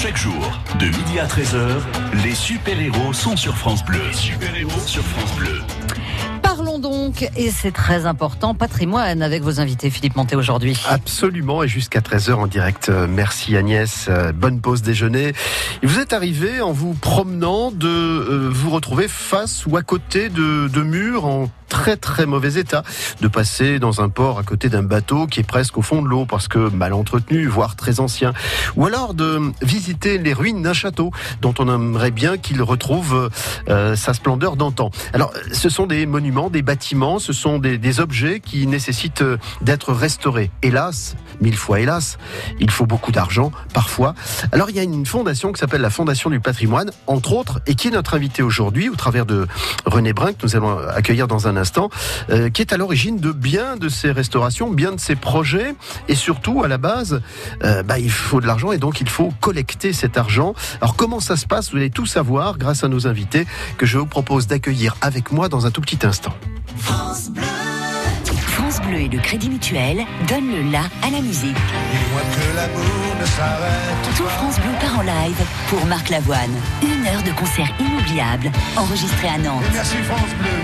Chaque jour, de midi à 13h, les super-héros sont sur France Bleu. Les super-héros sur France Bleu. Parlons donc, et c'est très important, patrimoine avec vos invités, Philippe Montet, aujourd'hui. Absolument, et jusqu'à 13h en direct. Merci Agnès, bonne pause déjeuner. Il vous est arrivé, en vous promenant, de vous retrouver face ou à côté de murs en très très mauvais état, de passer dans un port à côté d'un bateau qui est presque au fond de l'eau parce que mal entretenu, voire très ancien, ou alors de visiter les ruines d'un château dont on aimerait bien qu'il retrouve sa splendeur d'antan. Alors, ce sont des monuments, des bâtiments, ce sont des objets qui nécessitent d'être restaurés. Hélas, 1000 fois hélas, il faut beaucoup d'argent parfois. Alors, il y a une fondation qui s'appelle la Fondation du Patrimoine, entre autres, et qui est notre invité aujourd'hui au travers de René Brun, que nous allons accueillir dans un instant, qui est à l'origine de bien de ces restaurations, bien de ces projets, et surtout à la base, il faut de l'argent et donc il faut collecter cet argent. Alors comment ça se passe? Vous allez tout savoir grâce à nos invités que je vous propose d'accueillir avec moi dans un tout petit instant. France Bleu. France Bleu et le Crédit Mutuel donnent le la à la musique. Dis-moi que l'amour ne s'arrête. Tout France Bleu part en live pour Marc Lavoine. 1 heure de concert inoubliable enregistré à Nantes. Et merci France Bleu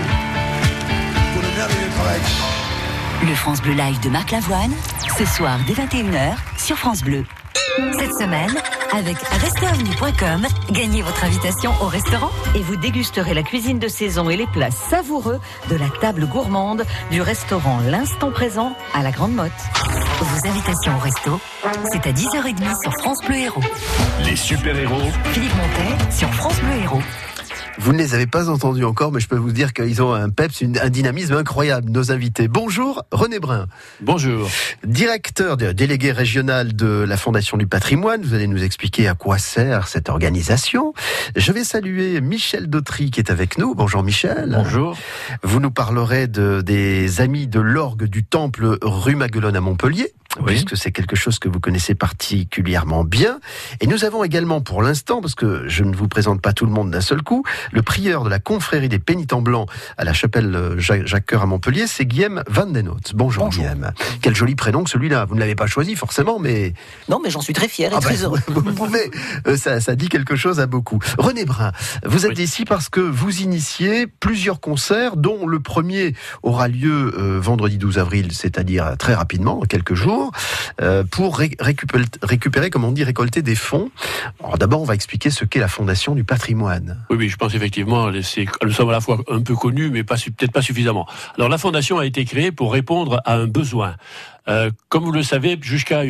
pour le merveilleux travail. Le France Bleu Live de Marc Lavoine, ce soir dès 21h sur France Bleu. Cette semaine, avec restaurant.com, gagnez votre invitation au restaurant Et vous dégusterez la cuisine de saison et les plats savoureux de la table gourmande du restaurant L'Instant Présent à la Grande Motte. Vos invitations au resto, c'est à 10h30 sur France Bleu Héros. Les super-héros Philippe Montet sur France Bleu Héros. Vous ne les avez pas entendus encore, mais je peux vous dire qu'ils ont un peps, un dynamisme incroyable, nos invités. Bonjour, René Brun. Bonjour. Directeur délégué régional de la Fondation du Patrimoine. Vous allez nous expliquer à quoi sert cette organisation. Je vais saluer Michel Dautry qui est avec nous. Bonjour Michel. Bonjour. Vous nous parlerez des amis de l'orgue du Temple rue Maguelone à Montpellier. Oui. Puisque c'est quelque chose que vous connaissez particulièrement bien. Et nous avons également pour l'instant, parce que je ne vous présente pas tout le monde d'un seul coup, le prieur de la confrérie des pénitents blancs à la chapelle Jacques-Cœur à Montpellier, c'est Guillaume Van Den Hout. Bonjour Guillaume. Quel joli prénom que celui-là. Vous ne l'avez pas choisi forcément, mais... Non, mais j'en suis très fier et très heureux. Vous pouvez, ça dit quelque chose à beaucoup. René Brun, vous êtes ici parce que vous initiez plusieurs concerts, dont le premier aura lieu vendredi 12 avril, c'est-à-dire très rapidement, en quelques jours, pour récupérer, comme on dit, récolter des fonds. Alors d'abord, on va expliquer ce qu'est la Fondation du Patrimoine. Oui, je pense effectivement, nous sommes à la fois un peu connus, mais peut-être pas suffisamment. Alors la Fondation a été créée pour répondre à un besoin. Comme vous le savez, jusqu'au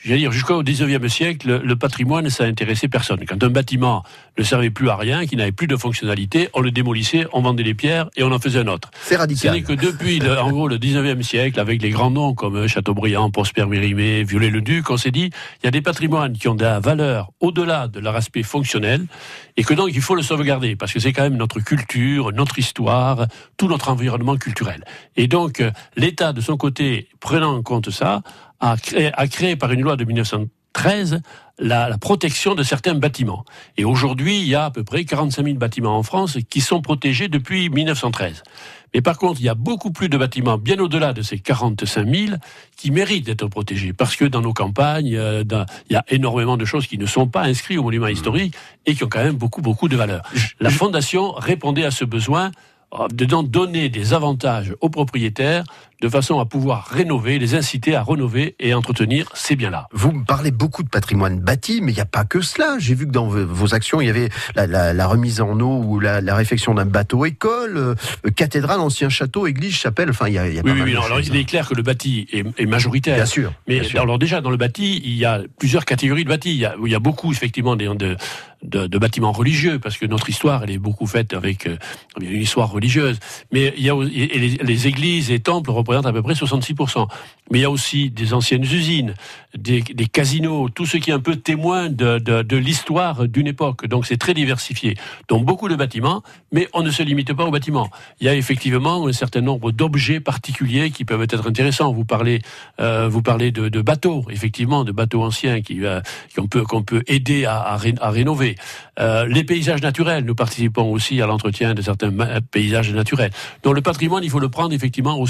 19e siècle, le patrimoine, ça intéressait personne. Quand un bâtiment ne servait plus à rien, qu'il n'avait plus de fonctionnalité, on le démolissait, on vendait les pierres et on en faisait un autre. C'est radical. Ce n'est que depuis, le 19e siècle, avec les grands noms comme Chateaubriand, Prosper-Mérimée, Viollet-le-Duc, on s'est dit, il y a des patrimoines qui ont de la valeur au-delà de leur aspect fonctionnel et que donc il faut le sauvegarder parce que c'est quand même notre culture, notre histoire, tout notre environnement culturel. Et donc, l'État, de son côté, prenant en compte ça, a créé par une loi de 1913 la protection de certains bâtiments. Et aujourd'hui, il y a à peu près 45 000 bâtiments en France qui sont protégés depuis 1913. Mais par contre, il y a beaucoup plus de bâtiments, bien au-delà de ces 45 000, qui méritent d'être protégés. Parce que dans nos campagnes, il y a énormément de choses qui ne sont pas inscrites au monument historique et qui ont quand même beaucoup, beaucoup de valeur. La Fondation répondait à ce besoin de donner des avantages aux propriétaires de façon à pouvoir rénover, les inciter à rénover et entretenir ces biens-là. Vous me parlez beaucoup de patrimoine bâti, mais il n'y a pas que cela. J'ai vu que dans vos actions, il y avait la remise en eau ou la réfection d'un bateau-école, cathédrale, ancien château, église, chapelle, enfin il y a pas mal de choses. Alors il est clair que le bâti est majoritaire. Bien sûr. Mais alors déjà, dans le bâti, il y a plusieurs catégories de bâti. Il y a beaucoup, effectivement, de bâtiments religieux, parce que notre histoire, elle est beaucoup faite avec une histoire religieuse. Mais il y a les églises et temples représentent à peu près 66%. Mais il y a aussi des anciennes usines, des casinos, tout ce qui est un peu témoin de l'histoire d'une époque. Donc c'est très diversifié. Donc beaucoup de bâtiments, mais on ne se limite pas aux bâtiments. Il y a effectivement un certain nombre d'objets particuliers qui peuvent être intéressants. Vous parlez de bateaux, effectivement, de bateaux anciens qu'on peut aider à rénover. Les paysages naturels, nous participons aussi à l'entretien de certains paysages naturels. Donc le patrimoine, il faut le prendre effectivement au sens très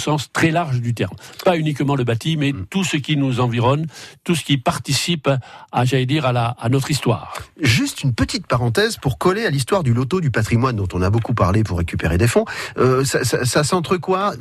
très large du terme. Pas uniquement le bâti, mais tout ce qui nous environne, tout ce qui participe à notre histoire. Juste une petite parenthèse pour coller à l'histoire du loto du patrimoine dont on a beaucoup parlé pour récupérer des fonds. Ça s'entrecroise,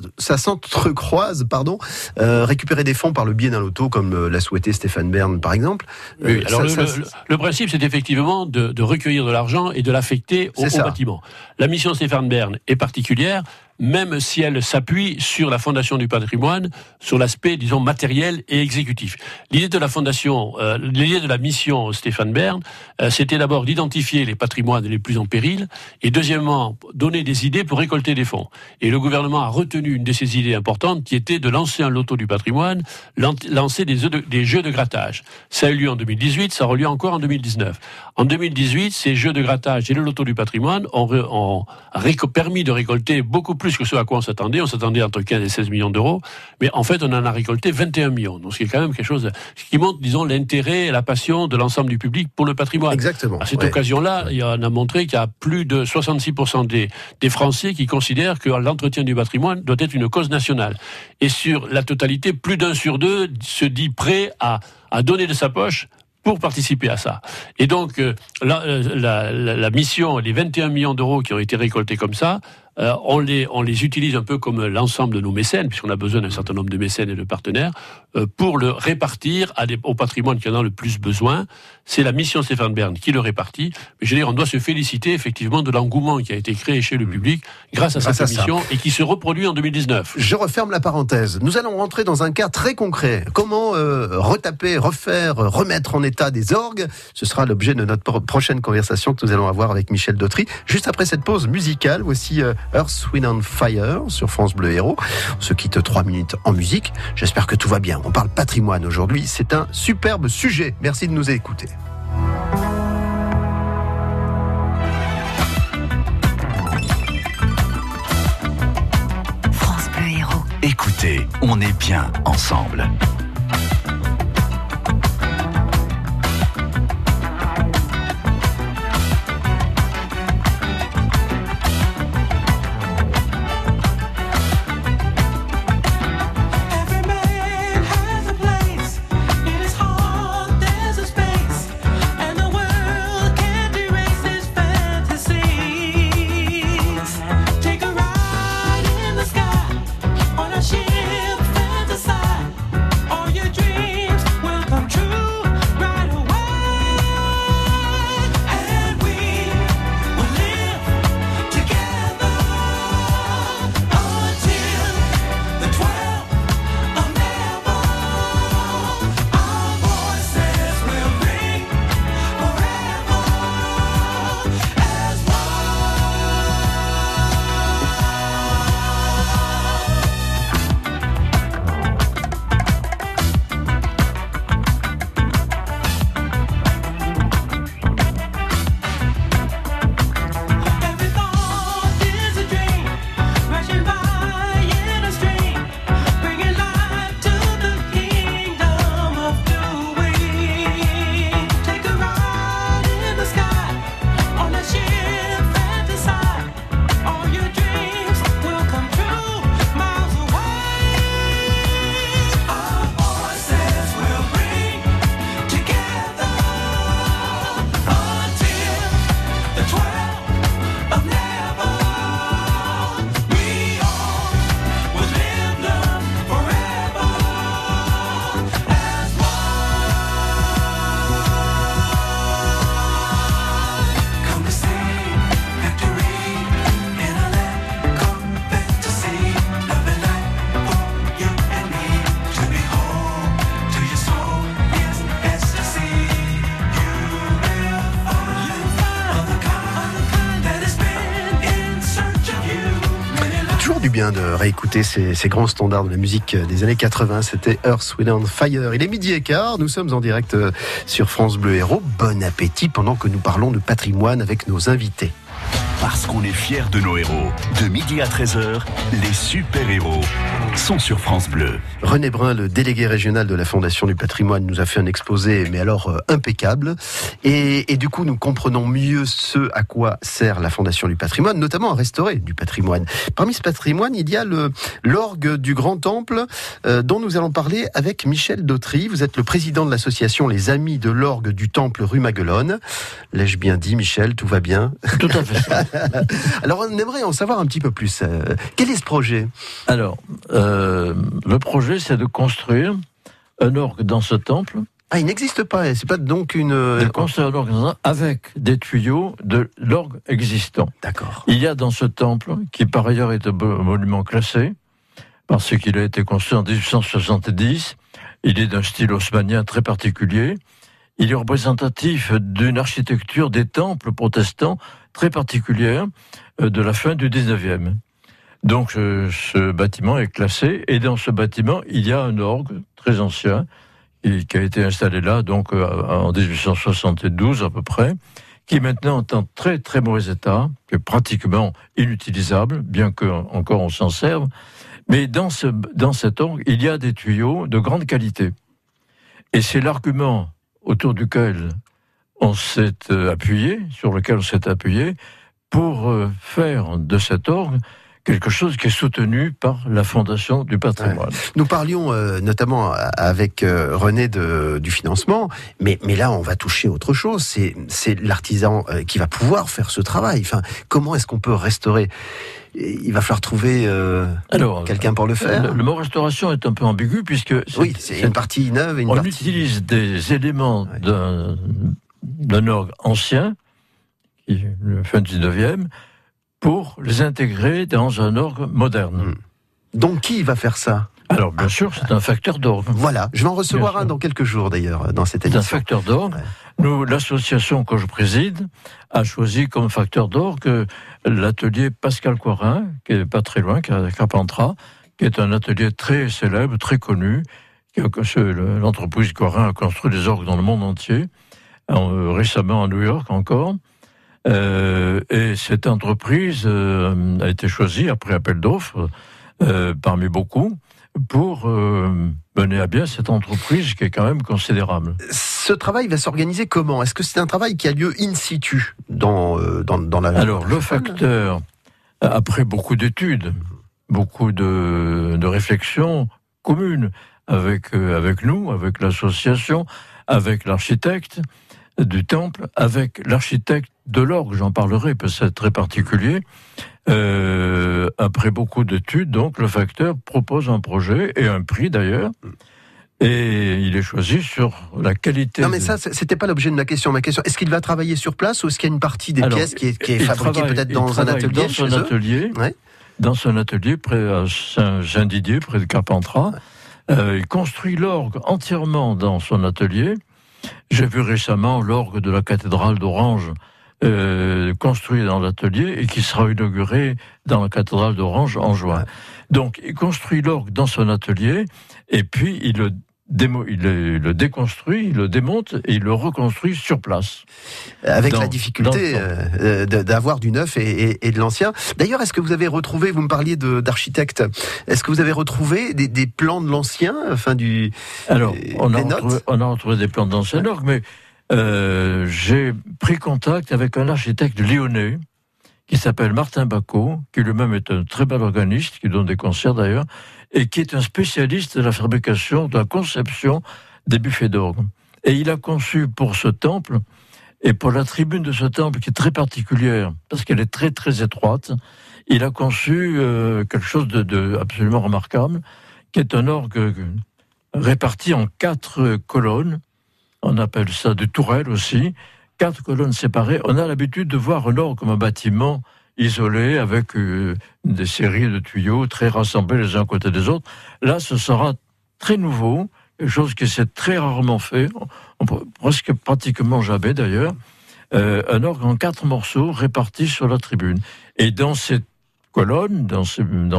récupérer des fonds par le biais d'un loto comme l'a souhaité Stéphane Bern par exemple. Oui, alors le principe c'est effectivement de recueillir de l'argent et de l'affecter au bâtiment. La mission Stéphane Bern est particulière, même si elle s'appuie sur la Fondation du patrimoine, sur l'aspect, disons, matériel et exécutif. L'idée de la Fondation, l'idée de la mission Stéphane Bern, c'était d'abord d'identifier les patrimoines les plus en péril, et deuxièmement, donner des idées pour récolter des fonds. Et le gouvernement a retenu une de ces idées importantes, qui était de lancer un loto du patrimoine, lancer des jeux de grattage. Ça a eu lieu en 2018, ça aura lieu encore en 2019. En 2018, ces jeux de grattage et le loto du patrimoine ont permis de récolter beaucoup plus que ce à quoi on s'attendait. On s'attendait entre 15 et 16 millions d'euros. Mais en fait, on en a récolté 21 millions. Donc, c'est quand même quelque chose qui montre, disons, l'intérêt et la passion de l'ensemble du public pour le patrimoine. Exactement. À cette occasion-là, il en a montré qu'il y a plus de 66% des Français qui considèrent que l'entretien du patrimoine doit être une cause nationale. Et sur la totalité, plus d'un sur deux se dit prêt à donner de sa poche pour participer à ça. Et donc, la mission, les 21 millions d'euros qui ont été récoltés comme ça, on les utilise un peu comme l'ensemble de nos mécènes, puisqu'on a besoin d'un certain nombre de mécènes et de partenaires, pour le répartir au patrimoine qui en a le plus besoin. C'est la mission Stéphane Bern qui le répartit. Mais je veux dire, on doit se féliciter effectivement de l'engouement qui a été créé chez le public grâce à cette mission et qui se reproduit en 2019. Je referme la parenthèse. Nous allons rentrer dans un cas très concret. Comment retaper, refaire, remettre en état des orgues? Ce sera l'objet de notre prochaine conversation que nous allons avoir avec Michel Dautry. Juste après cette pause musicale, voici Earth, Wind and Fire sur France Bleu Héros. On se quitte 3 minutes en musique. J'espère que tout va bien. On parle patrimoine aujourd'hui. C'est un superbe sujet. Merci de nous écouter. France Bleu Héros. Écoutez, on est bien ensemble. Bien de réécouter ces grands standards de la musique des années 80. C'était Earth, Wind and Fire. Il est 12h15. Nous sommes en direct sur France Bleu Héros. Bon appétit pendant que nous parlons de patrimoine avec nos invités. Parce qu'on est fiers de nos héros. De midi à 13h, les super-héros sont sur France Bleu. René Brun, le délégué régional de la Fondation du patrimoine, nous a fait un exposé, mais alors impeccable. Et du coup, nous comprenons mieux ce à quoi sert la Fondation du patrimoine, notamment à restaurer du patrimoine. Parmi ce patrimoine, il y a l'orgue du Grand Temple, dont nous allons parler avec Michel Dautry. Vous êtes le président de l'association Les Amis de l'Orgue du Temple rue Maguelone. L'ai-je bien dit, Michel? Tout va bien? Tout à fait. Alors, on aimerait en savoir un petit peu plus. Quel est ce projet? Alors, le projet, c'est de construire un orgue dans ce temple. Ah, il n'existe pas. C'est pas donc De construire un orgue avec des tuyaux de l'orgue existant. D'accord. Il y a dans ce temple, qui par ailleurs est un monument classé, parce qu'il a été construit en 1870, il est d'un style haussmannien très particulier. Il est représentatif d'une architecture des temples protestants très particulière de la fin du 19e. Donc ce bâtiment est classé, et dans ce bâtiment, il y a un orgue très ancien qui a été installé là donc en 1872 à peu près, qui est maintenant en très très mauvais état, qui est pratiquement inutilisable, bien qu'encore on s'en serve. Mais dans cet orgue, il y a des tuyaux de grande qualité. Et c'est l'argument autour duquel on s'est appuyé, sur lequel on s'est appuyé, pour faire de cet orgue quelque chose qui est soutenu par la Fondation du patrimoine. Nous parlions notamment avec René du financement, mais là on va toucher autre chose. C'est l'artisan qui va pouvoir faire ce travail. Enfin, comment est-ce qu'on peut restaurer? Il va falloir trouver quelqu'un pour le faire. Le mot restauration est un peu ambigu, puisque c'est une partie neuve et une on partie... utilise des éléments d'un orgue ancien, qui est le fin du 19e, pour les intégrer dans un orgue moderne. Donc qui va faire ça? Alors bien sûr, c'est un facteur d'orgue. Voilà, je vais en recevoir un dans quelques jours d'ailleurs, dans cette émission. C'est un facteur d'orgue. Ouais. Nous, l'association que je préside, a choisi comme facteur d'orgue l'atelier Pascal Coirin, qui est pas très loin, qui est à Carpentras, qui est un atelier très célèbre, très connu. L'entreprise Coirin a construit des orgues dans le monde entier, récemment à New York encore. Et cette entreprise a été choisie après appel d'offres parmi beaucoup pour mener à bien cette entreprise qui est quand même considérable. Ce travail va s'organiser comment? Est-ce que c'est un travail qui a lieu in situ dans la... Alors le facteur, après beaucoup d'études, beaucoup de réflexions communes avec nous, avec l'association, avec l'architecte du temple, avec l'architecte de l'orgue, j'en parlerai parce que c'est très particulier. Après beaucoup d'études, donc le facteur propose un projet et un prix d'ailleurs, et il est choisi sur la qualité. Non mais ça, c'était pas l'objet de ma question. Ma question, est-ce qu'il va travailler sur place ou est-ce qu'il y a une partie des pièces qui est fabriquée peut-être dans un atelier dans son atelier, dans son atelier près à Saint-Didier, près de Carpentras. Il construit l'orgue entièrement dans son atelier. J'ai vu récemment l'orgue de la cathédrale d'Orange construit dans l'atelier et qui sera inauguré dans la cathédrale d'Orange en juin. Donc, il construit l'orgue dans son atelier et puis il le déconstruit, il le démonte et il le reconstruit sur place. Avec la difficulté d'avoir du neuf et de l'ancien. D'ailleurs, est-ce que vous avez retrouvé, vous me parliez d'architecte, est-ce que vous avez retrouvé des plans de l'ancien, Alors, on a retrouvé des plans d'ancien orgue, mais j'ai pris contact avec un architecte lyonnais qui s'appelle Martin Bacot, qui lui-même est un très bel organiste, qui donne des concerts d'ailleurs, et qui est un spécialiste de la fabrication, de la conception des buffets d'orgue. Et il a conçu pour ce temple, et pour la tribune de ce temple qui est très particulière, parce qu'elle est très très étroite, il a conçu quelque chose de absolument remarquable, qui est un orgue réparti en 4 colonnes, on appelle ça des tourelles aussi, 4 colonnes séparées. On a l'habitude de voir un orgue comme un bâtiment isolé avec des séries de tuyaux très rassemblés les uns à côté des autres. Là, ce sera très nouveau, quelque chose qui s'est très rarement fait, presque pratiquement jamais d'ailleurs, un orgue en 4 morceaux répartis sur la tribune. Et dans ces colonnes, dans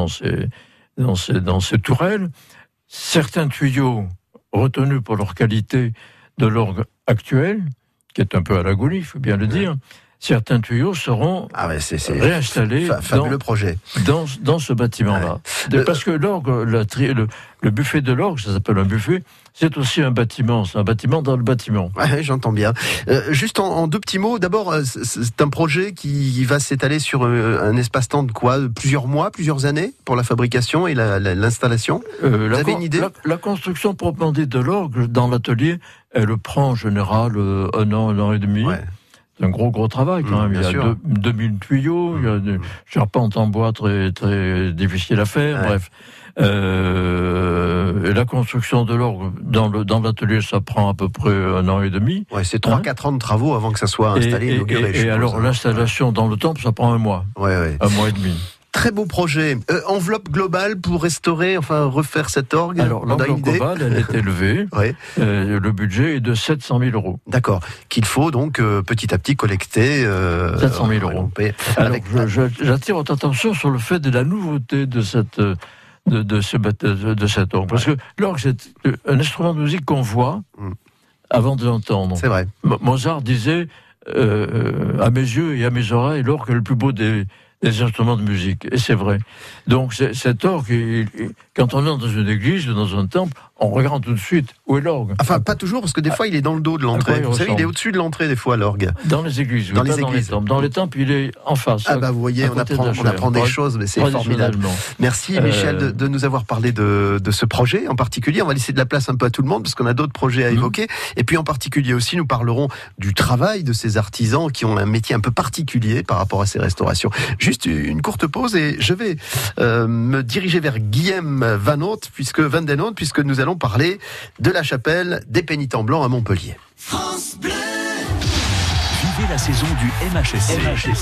ces tourelles, certains tuyaux retenus pour leur qualité de l'orgue actuel, qui est un peu à la Gaulie, il faut bien le dire, certains tuyaux seront réinstallés fabuleux projet. Dans ce bâtiment-là. Ouais. Parce que l'orgue, le buffet de l'orgue, ça s'appelle un buffet, c'est aussi un bâtiment. C'est un bâtiment dans le bâtiment. Ouais, j'entends bien. Juste en deux petits mots. D'abord, c'est un projet qui va s'étaler sur un espace-temps de quoi ? Plusieurs mois, plusieurs années pour la fabrication et l'installation. Vous avez une idée ? La construction proprement dite de l'orgue dans l'atelier, elle prend en général un an et demi. Ouais. C'est un gros travail quand même. Il y a 2000 tuyaux, il y a des charpentes en bois très, très difficiles à faire, bref. Et la construction de l'orgue dans l'atelier, ça prend à peu près un an et demi. Ouais, c'est 3-4 ans de travaux avant que ça soit installé. Et alors l'installation dans le temple, ça prend un mois. Un mois et demi. Très beau projet. Enveloppe globale pour restaurer, refaire cet orgue. Alors, l'enveloppe globale, elle est élevée. Le budget est de 700 000 euros. D'accord. Qu'il faut donc petit à petit collecter. 700 000 euros. Alors, j'attire votre attention sur le fait de la nouveauté de cet orgue. Parce que l'orgue, c'est un instrument de musique qu'on voit avant de l'entendre. C'est vrai. Mozart disait, à mes yeux et à mes oreilles, l'orgue est le plus beau des instruments de musique, et c'est vrai. Donc cet orgue, quand on entre dans une église ou dans un temple, on regarde tout de suite où est l'orgue. Enfin, pas toujours, parce que des fois il est dans le dos de l'entrée. Vous savez, il est au-dessus de l'entrée des fois, l'orgue. Dans les églises, dans les églises. Dans les temples, il est en face. Ah bah vous voyez, on apprend des choses, mais c'est formidable. Merci Michel de nous avoir parlé de ce projet en particulier. On va laisser de la place un peu à tout le monde, parce qu'on a d'autres projets à évoquer. Et puis en particulier aussi, nous parlerons du travail de ces artisans qui ont un métier un peu particulier par rapport à ces restaurations. Juste une courte pause et je vais me diriger vers Guillaume Van den Hont, puisque nous allons parler de la chapelle des Pénitents Blancs à Montpellier. France Bleu. Vivez la saison du MHSC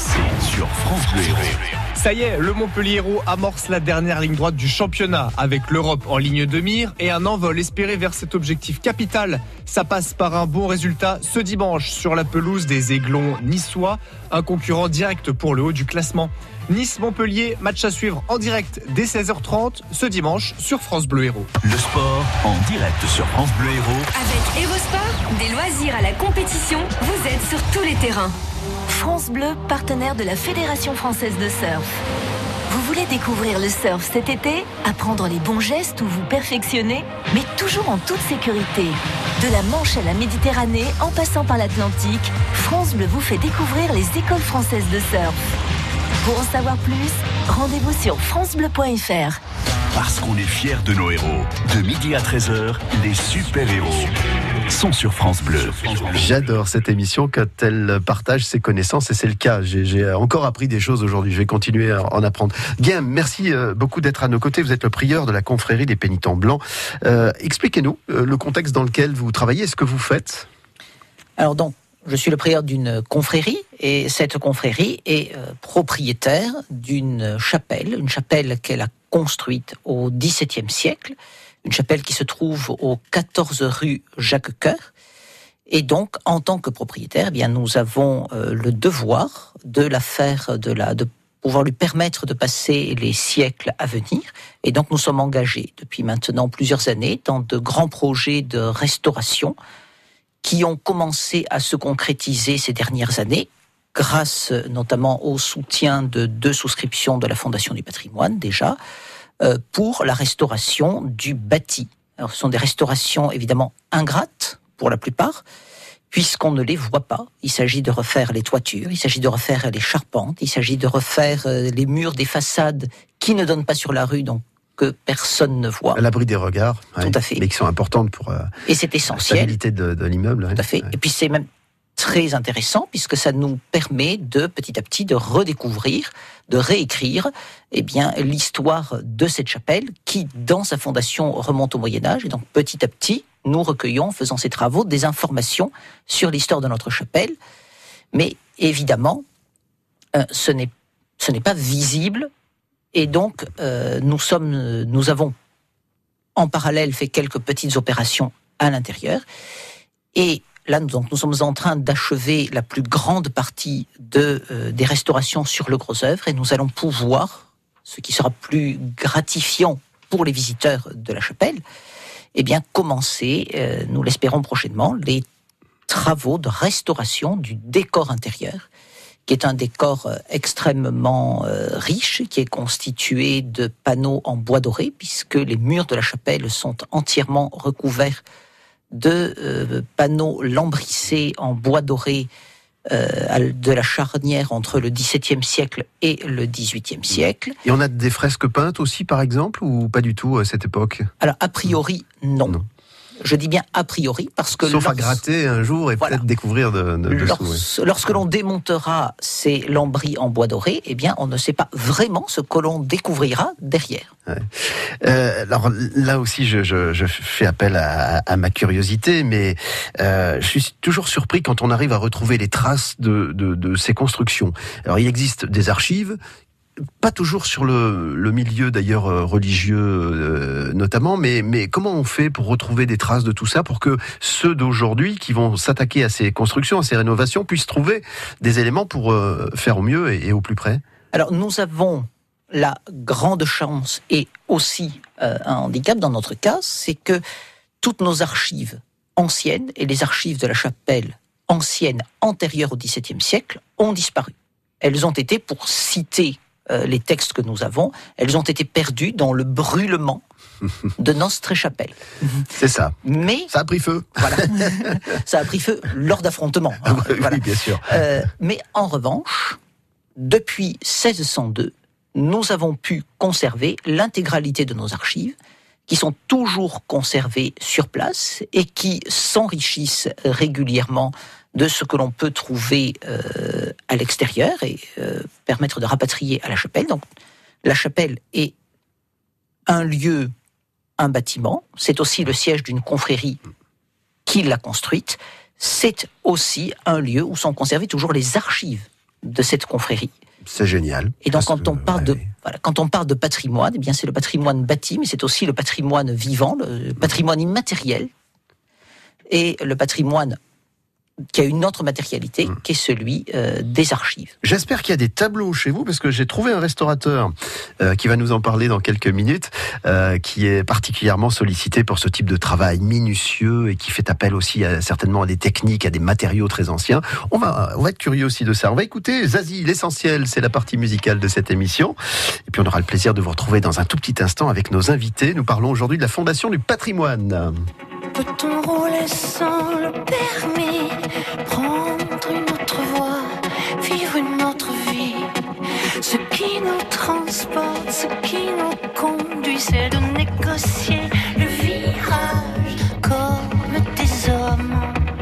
sur France Bleu Héros. Ça y est, le Montpellier Héros amorce la dernière ligne droite du championnat avec l'Europe en ligne de mire et un envol espéré vers cet objectif capital. Ça passe par un bon résultat ce dimanche sur la pelouse des Aiglons niçois, un concurrent direct pour le haut du classement. Nice-Montpellier, match à suivre en direct dès 16h30 ce dimanche sur France Bleu Héros. Le sport en direct sur France Bleu Héros. Avec Hérosport, des loisirs à la compétition, vous êtes sur tous les terrains. France Bleu, partenaire de la Fédération française de surf. Vous voulez découvrir le surf cet été ? Apprendre les bons gestes ou vous perfectionner ? Mais toujours en toute sécurité. De la Manche à la Méditerranée, en passant par l'Atlantique, France Bleu vous fait découvrir les écoles françaises de surf. Pour en savoir plus, rendez-vous sur francebleu.fr. Parce qu'on est fiers de nos héros. De midi à 13h, les super-héros sont sur France Bleu. J'adore cette émission quand elle partage ses connaissances, et c'est le cas. J'ai encore appris des choses aujourd'hui. Je vais continuer à en apprendre. Guillaume, merci beaucoup d'être à nos côtés. Vous êtes le prieur de la confrérie des Pénitents Blancs. Expliquez-nous le contexte dans lequel vous travaillez et ce que vous faites. Alors donc, je suis le prieur d'une confrérie, et cette confrérie est propriétaire d'une chapelle, une chapelle qu'elle a construite au XVIIe siècle, une chapelle qui se trouve au 14 rue Jacques-Cœur. Et donc, en tant que propriétaire, eh bien, nous avons le devoir de la faire, de pouvoir lui permettre de passer les siècles à venir. Et donc, nous sommes engagés depuis maintenant plusieurs années dans de grands projets de restauration qui ont commencé à se concrétiser ces dernières années, grâce notamment au soutien de 2 souscriptions de la Fondation du patrimoine déjà, pour la restauration du bâti. Alors, ce sont des restaurations évidemment ingrates pour la plupart, puisqu'on ne les voit pas. Il s'agit de refaire les toitures, il s'agit de refaire les charpentes, il s'agit de refaire les murs des façades qui ne donnent pas sur la rue, donc que personne ne voit. À l'abri des regards, tout à fait. Mais qui sont importantes pour et c'est essentiel. La stabilité de l'immeuble. Tout à fait. Et puis c'est même très intéressant, puisque ça nous permet de, petit à petit, de redécouvrir, de réécrire l'histoire de cette chapelle qui, dans sa fondation, remonte au Moyen-Âge. Et donc, petit à petit, nous recueillons, en faisant ces travaux, des informations sur l'histoire de notre chapelle. Mais évidemment, ce n'est pas visible. Et donc, nous avons en parallèle fait quelques petites opérations à l'intérieur. Et là, nous sommes en train d'achever la plus grande partie des restaurations sur le gros œuvre, et nous allons pouvoir, ce qui sera plus gratifiant pour les visiteurs de la chapelle, commencer, nous l'espérons prochainement, les travaux de restauration du décor intérieur. qui est un décor extrêmement riche, qui est constitué de panneaux en bois doré, puisque les murs de la chapelle sont entièrement recouverts de panneaux lambrissés en bois doré de la charnière entre le XVIIe siècle et le XVIIIe siècle. Et on a des fresques peintes aussi, par exemple, ou pas du tout à cette époque ? Alors, a priori, non. Je dis bien a priori, parce que... Sauf à gratter un jour et peut-être découvrir dessous. Lorsque l'on démontera ces lambris en bois doré, eh bien, on ne sait pas vraiment ce que l'on découvrira derrière. Ouais. Alors là aussi, je fais appel à ma curiosité, mais je suis toujours surpris quand on arrive à retrouver les traces de ces constructions. Alors il existe des archives, pas toujours sur le milieu d'ailleurs religieux notamment, mais comment on fait pour retrouver des traces de tout ça, pour que ceux d'aujourd'hui qui vont s'attaquer à ces constructions, à ces rénovations, puissent trouver des éléments pour faire au mieux et au plus près ? Alors nous avons la grande chance et aussi un handicap dans notre cas, c'est que toutes nos archives anciennes et les archives de la chapelle ancienne antérieure au XVIIe siècle ont disparu. Elles ont été, pour citer les textes que nous avons, elles ont été perdues dans le brûlement de Nostre Chapelle. C'est ça. Mais ça a pris feu. Voilà. Ça a pris feu lors d'affrontements. Voilà. Oui, bien sûr. Mais en revanche, depuis 1602, nous avons pu conserver l'intégralité de nos archives, qui sont toujours conservées sur place et qui s'enrichissent régulièrement de ce que l'on peut trouver à l'extérieur et permettre de rapatrier à la chapelle. Donc, la chapelle est un lieu, un bâtiment. C'est aussi le siège d'une confrérie qui l'a construite. C'est aussi un lieu où sont conservées toujours les archives de cette confrérie. C'est génial. Et donc, quand on parle de patrimoine, eh bien, c'est le patrimoine bâti, mais c'est aussi le patrimoine vivant, le patrimoine immatériel, et le patrimoine qui a une autre matérialité, qui est celui des archives. J'espère qu'il y a des tableaux chez vous, parce que j'ai trouvé un restaurateur qui va nous en parler dans quelques minutes, qui est particulièrement sollicité pour ce type de travail minutieux et qui fait appel aussi certainement à des techniques, à des matériaux très anciens. On va être curieux aussi de ça. On va écouter Zazie, l'essentiel, c'est la partie musicale de cette émission. Et puis on aura le plaisir de vous retrouver dans un tout petit instant avec nos invités. Nous parlons aujourd'hui de la Fondation du patrimoine. Peut-on rouler sans le permis, prendre une autre voie, vivre une autre vie? Ce qui nous transporte, ce qui nous conduit, c'est de négocier le virage comme des hommes,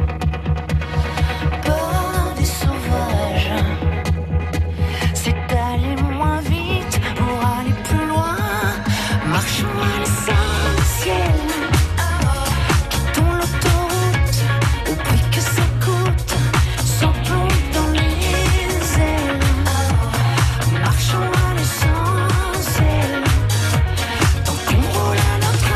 pas des sauvages. C'est d'aller moins vite pour aller plus loin, marchons à l'essentiel. Tant qu'on roule à notre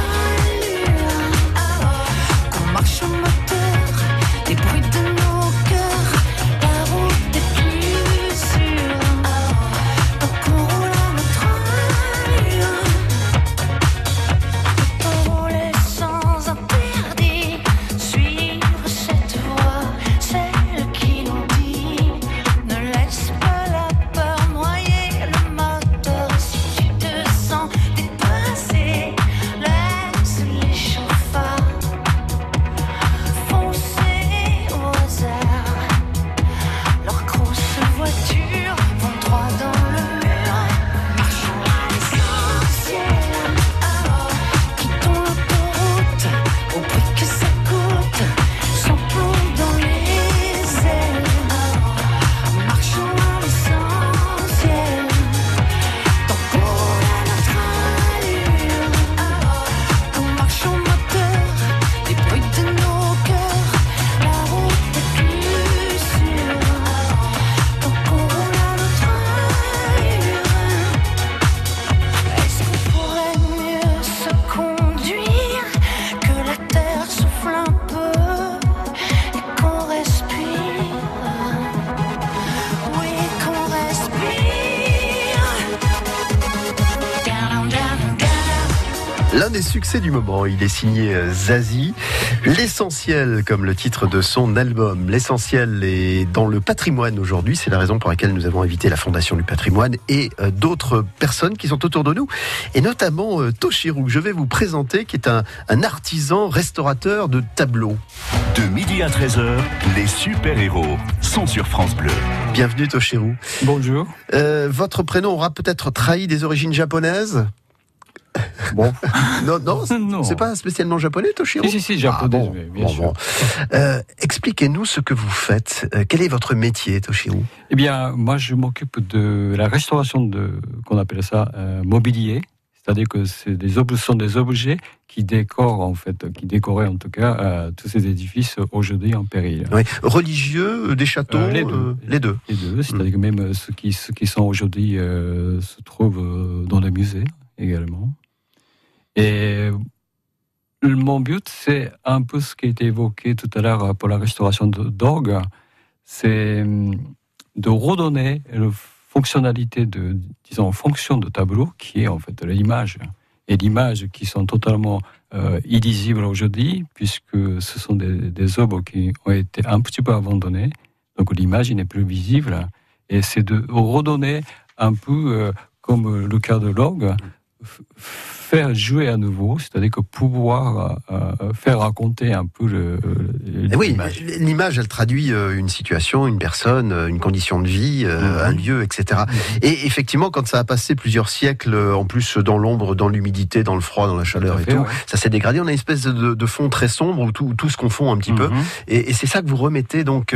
L'un des succès du moment, il est signé Zazie. L'essentiel, comme le titre de son album. L'essentiel est dans le patrimoine aujourd'hui. C'est la raison pour laquelle nous avons invité la Fondation du patrimoine et d'autres personnes qui sont autour de nous. Et notamment Toshiro, que je vais vous présenter, qui est un artisan restaurateur de tableaux. De midi à 13h, les super-héros sont sur France Bleu. Bienvenue Toshiro. Bonjour. Votre prénom aura peut-être trahi des origines japonaises ? Bon, non, c'est pas spécialement japonais, Toshiro ? Si, japonais, bien sûr. Expliquez-nous ce que vous faites. Quel est votre métier, Toshiro ? Eh bien, moi, je m'occupe de la restauration qu'on appelle ça, mobilier. C'est-à-dire que ce sont des objets qui décorent, en fait, qui décoraient en tout cas tous ces édifices aujourd'hui en péril. Oui. Religieux, des châteaux, les deux. C'est-à-dire que même ceux qui sont aujourd'hui se trouvent dans les musées également. Et mon but, c'est un peu ce qui a été évoqué tout à l'heure pour la restauration d'orgues, c'est de redonner la fonctionnalité fonction de tableau, qui est en fait l'image. Et l'image qui sont totalement illisibles aujourd'hui, puisque ce sont des œuvres qui ont été un petit peu abandonnées. Donc l'image n'est plus visible. Et c'est de redonner un peu, comme le cas de l'orgue, faire jouer à nouveau, c'est-à-dire que pouvoir faire raconter un peu l'image. Oui, l'image, elle traduit une situation, une personne, une condition de vie, un lieu, etc. Et effectivement, quand ça a passé plusieurs siècles, en plus dans l'ombre, dans l'humidité, dans le froid, dans la chaleur ça s'est dégradé. On a une espèce de fond très sombre où tout se confond un petit peu. Et c'est ça que vous remettez donc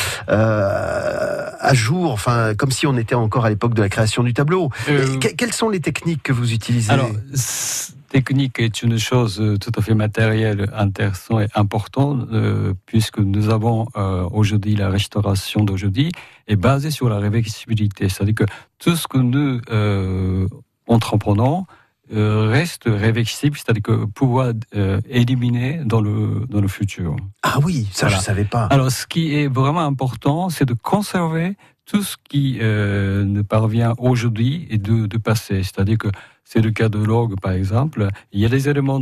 à jour, enfin, comme si on était encore à l'époque de la création du tableau. Quelles sont les techniques que vous utilisez ? Alors, technique est une chose tout à fait matérielle, intéressante et importante, puisque nous avons aujourd'hui, la restauration d'aujourd'hui est basée sur la réversibilité. C'est-à-dire que tout ce que nous entreprenons reste réversible, c'est-à-dire que pouvoir éliminer dans le futur. Ah oui, ça je ne savais pas. Alors ce qui est vraiment important, c'est de conserver tout ce qui ne parvient aujourd'hui et de passer. C'est-à-dire que c'est le cas de l'orgue, par exemple. Il y a des éléments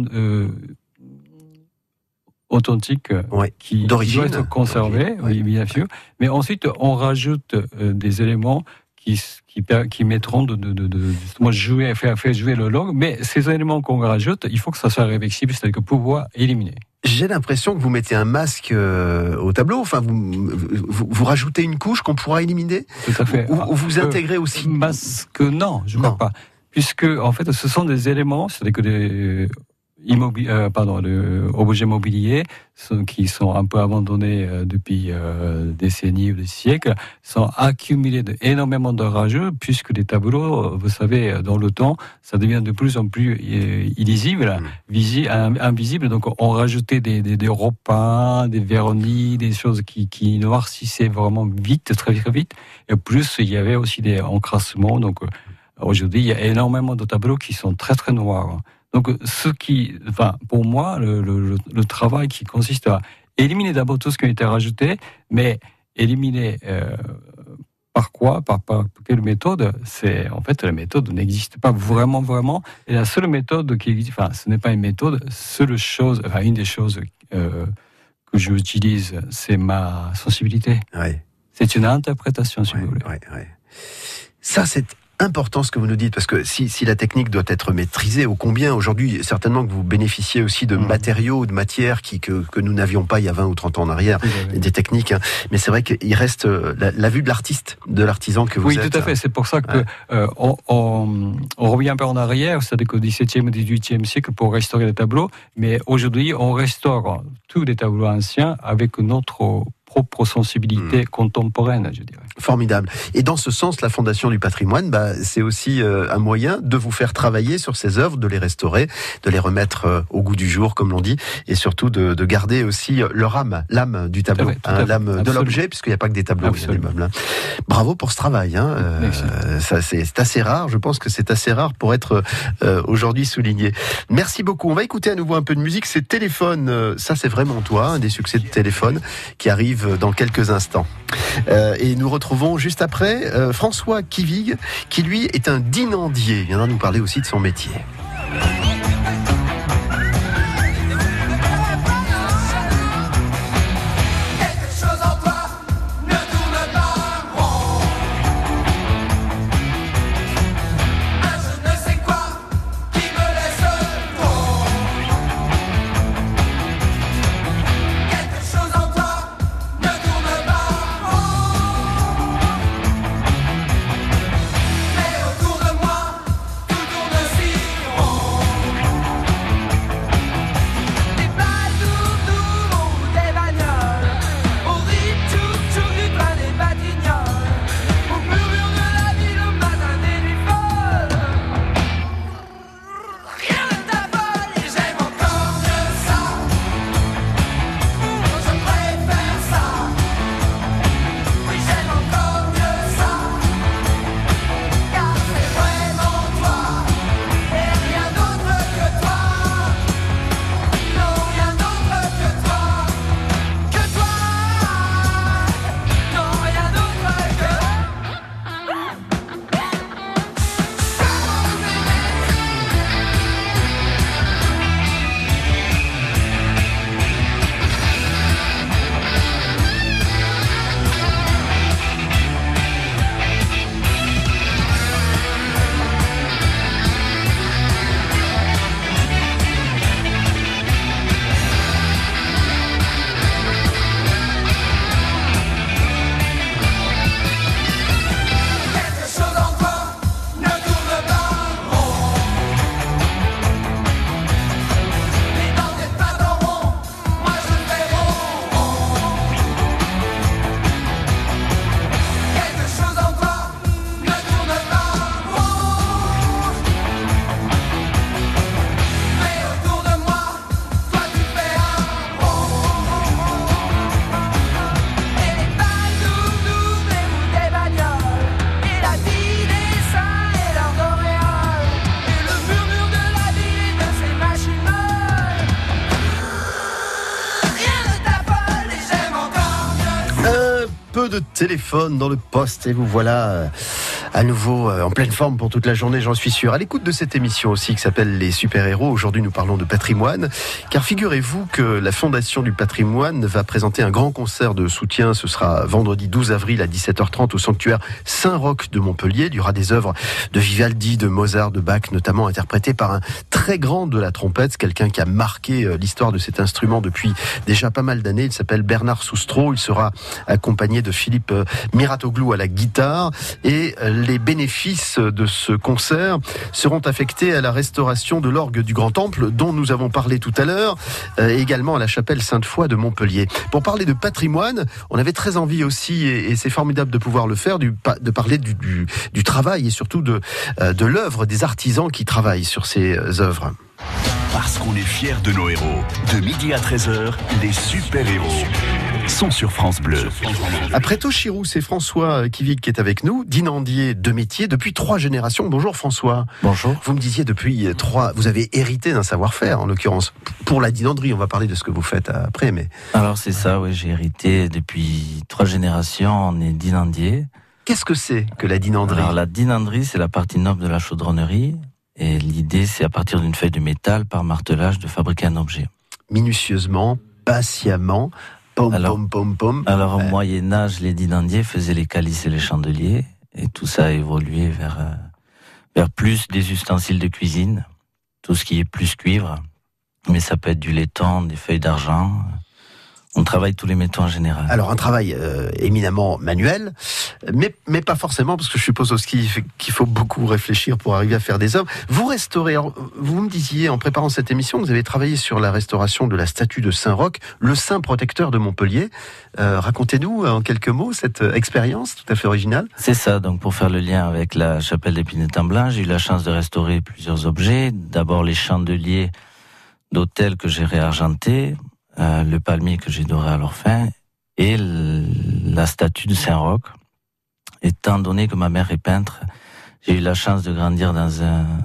authentiques qui doivent être conservés, oui, bien sûr. Mais ensuite, on rajoute des éléments qui mettront justement faire jouer le log. Mais ces éléments qu'on rajoute, il faut que ça soit réversible, c'est-à-dire que pouvoir éliminer. J'ai l'impression que vous mettez un masque au tableau, enfin vous rajoutez une couche qu'on pourra éliminer. Tout à fait. Ou vous intégrez aussi. Masque, non, je ne crois pas. Puisque, en fait, ce sont des éléments, c'est-à-dire que des objets mobiliers qui sont un peu abandonnés depuis des décennies ou des siècles, sont accumulés énormément de rageux, puisque les tableaux, vous savez, dans le temps, ça devient de plus en plus illisible, invisible. Donc, on rajoutait des repas, des vernis, des choses qui noircissaient vraiment vite, très vite. Et plus, il y avait aussi des encrassements. Donc, aujourd'hui, il y a énormément de tableaux qui sont très, très noirs. Donc, pour moi, le travail qui consiste à éliminer d'abord tout ce qui a été rajouté, mais éliminer par quoi, par quelle méthode, c'est en fait la méthode n'existe pas vraiment. Et la seule méthode qui existe, ce n'est pas une méthode, une des choses que j'utilise, c'est ma sensibilité. Ouais. C'est une interprétation, si vous voulez. Ouais. Ça, c'est important ce que vous nous dites, parce que si la technique doit être maîtrisée, ô combien aujourd'hui, certainement que vous bénéficiez aussi de matériaux, de matières que nous n'avions pas il y a 20 ou 30 ans en arrière, des techniques, mais c'est vrai qu'il reste la vue de l'artiste, de l'artisan que vous êtes. Oui, tout à fait, c'est pour ça que on revient un peu en arrière, c'est-à-dire qu'au XVIIe et XVIIIe siècle pour restaurer les tableaux, mais aujourd'hui on restaure tous les tableaux anciens avec notre propre sensibilité contemporaine, je dirais. Formidable. Et dans ce sens, la Fondation du patrimoine, c'est aussi un moyen de vous faire travailler sur ces œuvres, de les restaurer, de les remettre au goût du jour, comme l'on dit, et surtout de garder aussi leur âme, l'âme du tableau, l'âme de l'objet, puisqu'il n'y a pas que des tableaux, il y a des meubles. Bravo pour ce travail. Ça, c'est assez rare, je pense que c'est assez rare pour être aujourd'hui souligné. Merci beaucoup. On va écouter à nouveau un peu de musique. C'est Téléphone, ça c'est vraiment toi, un des succès de Téléphone, qui arrive dans quelques instants. Et nous retrouvons juste après François Kivig, qui lui est un dinandier. Il viendra nous parler aussi de son métier. de téléphone dans le poste et vous voilà à nouveau en pleine forme pour toute la journée, j'en suis sûr. À l'écoute de cette émission aussi qui s'appelle Les Super-Héros. Aujourd'hui, nous parlons de patrimoine, car figurez-vous que la Fondation du patrimoine va présenter un grand concert de soutien. Ce sera vendredi 12 avril à 17h30 au sanctuaire Saint-Roch de Montpellier. Il y aura des œuvres de Vivaldi, de Mozart, de Bach, notamment interprétées par un très grand de la trompette, quelqu'un qui a marqué l'histoire de cet instrument depuis déjà pas mal d'années. Il s'appelle Bernard Soustreau. Il sera accompagné de Philippe Miratoglou à la guitare, et les bénéfices de ce concert seront affectés à la restauration de l'orgue du Grand Temple dont nous avons parlé tout à l'heure, et également à la chapelle Sainte-Foy de Montpellier. Pour parler de patrimoine, on avait très envie aussi, et c'est formidable de pouvoir le faire, de parler du travail et surtout de l'œuvre des artisans qui travaillent sur ces œuvres. Parce qu'on est fiers de nos héros. De midi à 13h, les super-héros sont sur France Bleu. Après Tochirou, c'est François Kivik qui est avec nous, dinandier de métier depuis 3 générations. Bonjour François. Bonjour. Vous me disiez vous avez hérité d'un savoir-faire, en l'occurrence, pour la dinanderie. On va parler de ce que vous faites après, mais... Alors c'est ça, oui, j'ai hérité depuis 3 générations, on est dinandier. Qu'est-ce que c'est que la dinanderie ? Alors la dinanderie, c'est la partie noble de la chaudronnerie. Et l'idée, c'est à partir d'une feuille de métal, par martelage, de fabriquer un objet. Minutieusement, patiemment, pom. Alors au Moyen-Âge, les dinandiers faisaient les calices et les chandeliers. Et tout ça a évolué vers plus des ustensiles de cuisine. Tout ce qui est plus cuivre. Mais ça peut être du laiton, des feuilles d'argent. On travaille tous les métaux en général. Alors un travail éminemment manuel, mais pas forcément, parce que je suppose aussi qu'il faut beaucoup réfléchir pour arriver à faire des œuvres. Vous restaurez, vous me disiez en préparant cette émission, vous avez travaillé sur la restauration de la statue de Saint-Roch, le saint protecteur de Montpellier. Racontez-nous en quelques mots cette expérience tout à fait originale. C'est ça, donc pour faire le lien avec la chapelle d'Épinay-Temblin, j'ai eu la chance de restaurer plusieurs objets. D'abord les chandeliers d'hôtel que j'ai réargentés, le palmier que j'ai doré à leur fin, et la statue de Saint-Roch. Étant donné que ma mère est peintre, j'ai eu la chance de grandir dans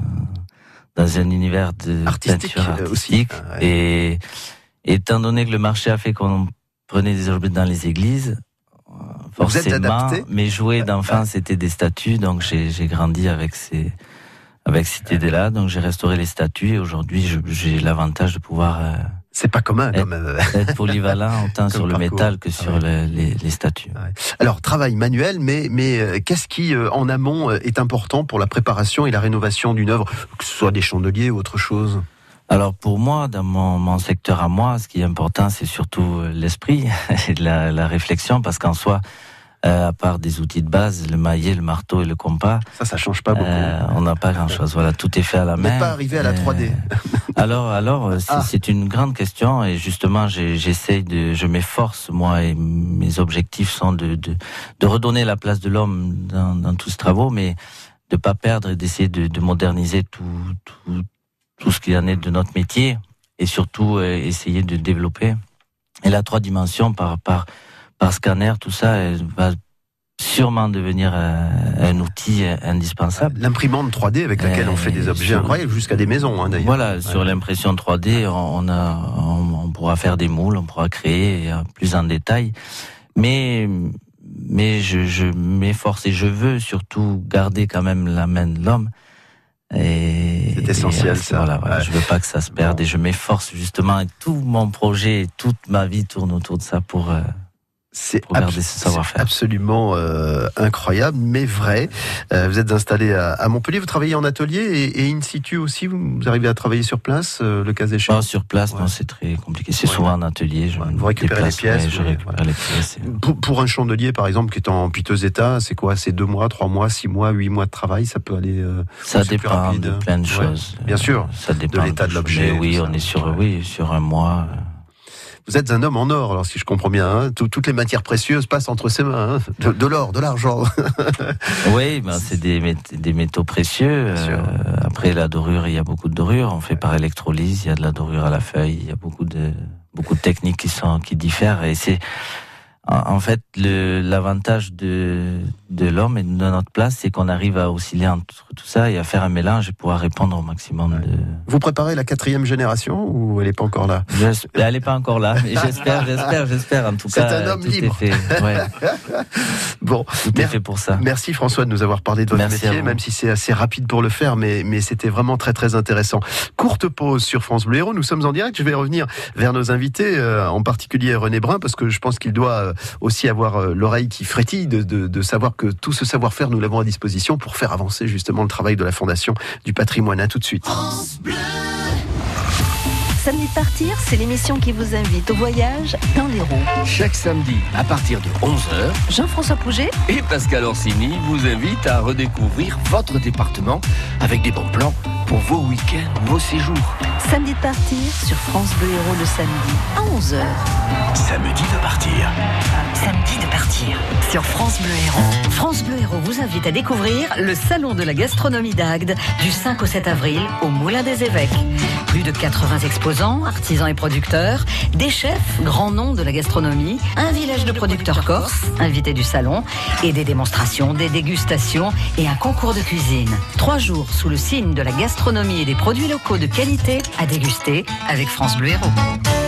un univers de peinture artistique. Et étant donné que le marché a fait qu'on prenait des objets dans les églises, forcément, mes jouets d'enfance étaient des statues, donc j'ai grandi avec cette idée-là. Donc j'ai restauré les statues, et aujourd'hui j'ai l'avantage de pouvoir... C'est pas commun, être polyvalent autant sur le métal que sur les statues. Ouais. Alors, travail manuel, mais qu'est-ce qui, en amont, est important pour la préparation et la rénovation d'une œuvre, que ce soit des chandeliers ou autre chose ? Alors, pour moi, dans mon secteur à moi, ce qui est important, c'est surtout l'esprit et la réflexion, parce qu'en soi, à part des outils de base, le maillet, le marteau et le compas. Ça change pas beaucoup. On n'a pas grand-chose. Voilà, tout est fait à la main. Mais pas arrivé à la 3D. Alors, c'est une grande question, et justement, je m'efforce, moi, et mes objectifs sont de redonner la place de l'homme dans tous ces travaux, mais de pas perdre et d'essayer de moderniser tout ce qu'il en est de notre métier, et surtout essayer de développer. Et la 3 dimensions par scanner, tout ça va sûrement devenir un outil indispensable. L'imprimante 3D avec laquelle on fait des objets incroyables, jusqu'à des maisons, d'ailleurs. Voilà, sur l'impression 3D, on pourra faire des moules, on pourra créer plus en détail. Mais je m'efforce, et je veux surtout garder quand même la main de l'homme. C'est essentiel, ça. Voilà. Je veux pas que ça se perde, et je m'efforce justement, et tout mon projet, et toute ma vie tourne autour de ça pour garder ce savoir-faire. Absolument incroyable, mais vrai. Vous êtes installé à Montpellier, vous travaillez en atelier et in situ aussi, vous arrivez à travailler sur place, le cas échéant? Sur place, non, c'est très compliqué. C'est souvent en atelier. Vous récupérez les pièces. Je récupère les pièces. Pour un chandelier, par exemple, qui est en piteux état, c'est quoi? C'est 2 mois, 3 mois, 6 mois, 8 mois de travail? Ça peut aller... ça dépend de plein de choses. Bien sûr, ça dépend de l'état de l'objet. Oui, on est sur un mois... Vous êtes un homme en or, alors si je comprends bien. Hein, toutes les matières précieuses passent entre ses mains. Hein, de l'or, de l'argent. Oui, c'est des métaux précieux. Après, la dorure, il y a beaucoup de dorure. On fait par électrolyse. Il y a de la dorure à la feuille. Il y a beaucoup de techniques qui diffèrent. Et c'est En fait, l'avantage de l'homme et de notre place, c'est qu'on arrive à osciller entre tout ça et à faire un mélange et pouvoir répondre au maximum de... Vous préparez la 4e génération ou elle n'est pas encore là? Elle n'est pas encore là. Et j'espère. En tout cas, c'est un homme libre. Bon, tout est fait pour ça. Merci François de nous avoir parlé de votre métier, même si c'est assez rapide pour le faire, mais c'était vraiment très très intéressant. Courte pause sur France Bleu Héros. Nous sommes en direct. Je vais revenir vers nos invités, en particulier René Brun, parce que je pense qu'il doit aussi avoir l'oreille qui frétille de savoir que tout ce savoir-faire, nous l'avons à disposition pour faire avancer justement le travail de la Fondation du Patrimoine. À tout de suite. Samedi de partir, c'est l'émission qui vous invite au voyage dans l'Hérault. Chaque samedi, à partir de 11h, Jean-François Pouget et Pascal Orsini vous invitent à redécouvrir votre département avec des bons plans pour vos week-ends, vos séjours. Samedi de partir sur France Bleu Hérault le samedi à 11h. Samedi de partir. Samedi de partir sur France Bleu Hérault. France Bleu Hérault vous invite à découvrir le Salon de la gastronomie d'Agde du 5 au 7 avril au Moulin des Évêques. Plus de 80 exposants, artisans et producteurs, des chefs, grands noms de la gastronomie, un village de producteurs corses, invités du salon, et des démonstrations, des dégustations et un concours de cuisine. 3 jours sous le signe de la gastronomie et des produits locaux de qualité à déguster avec France Bleu Hérault.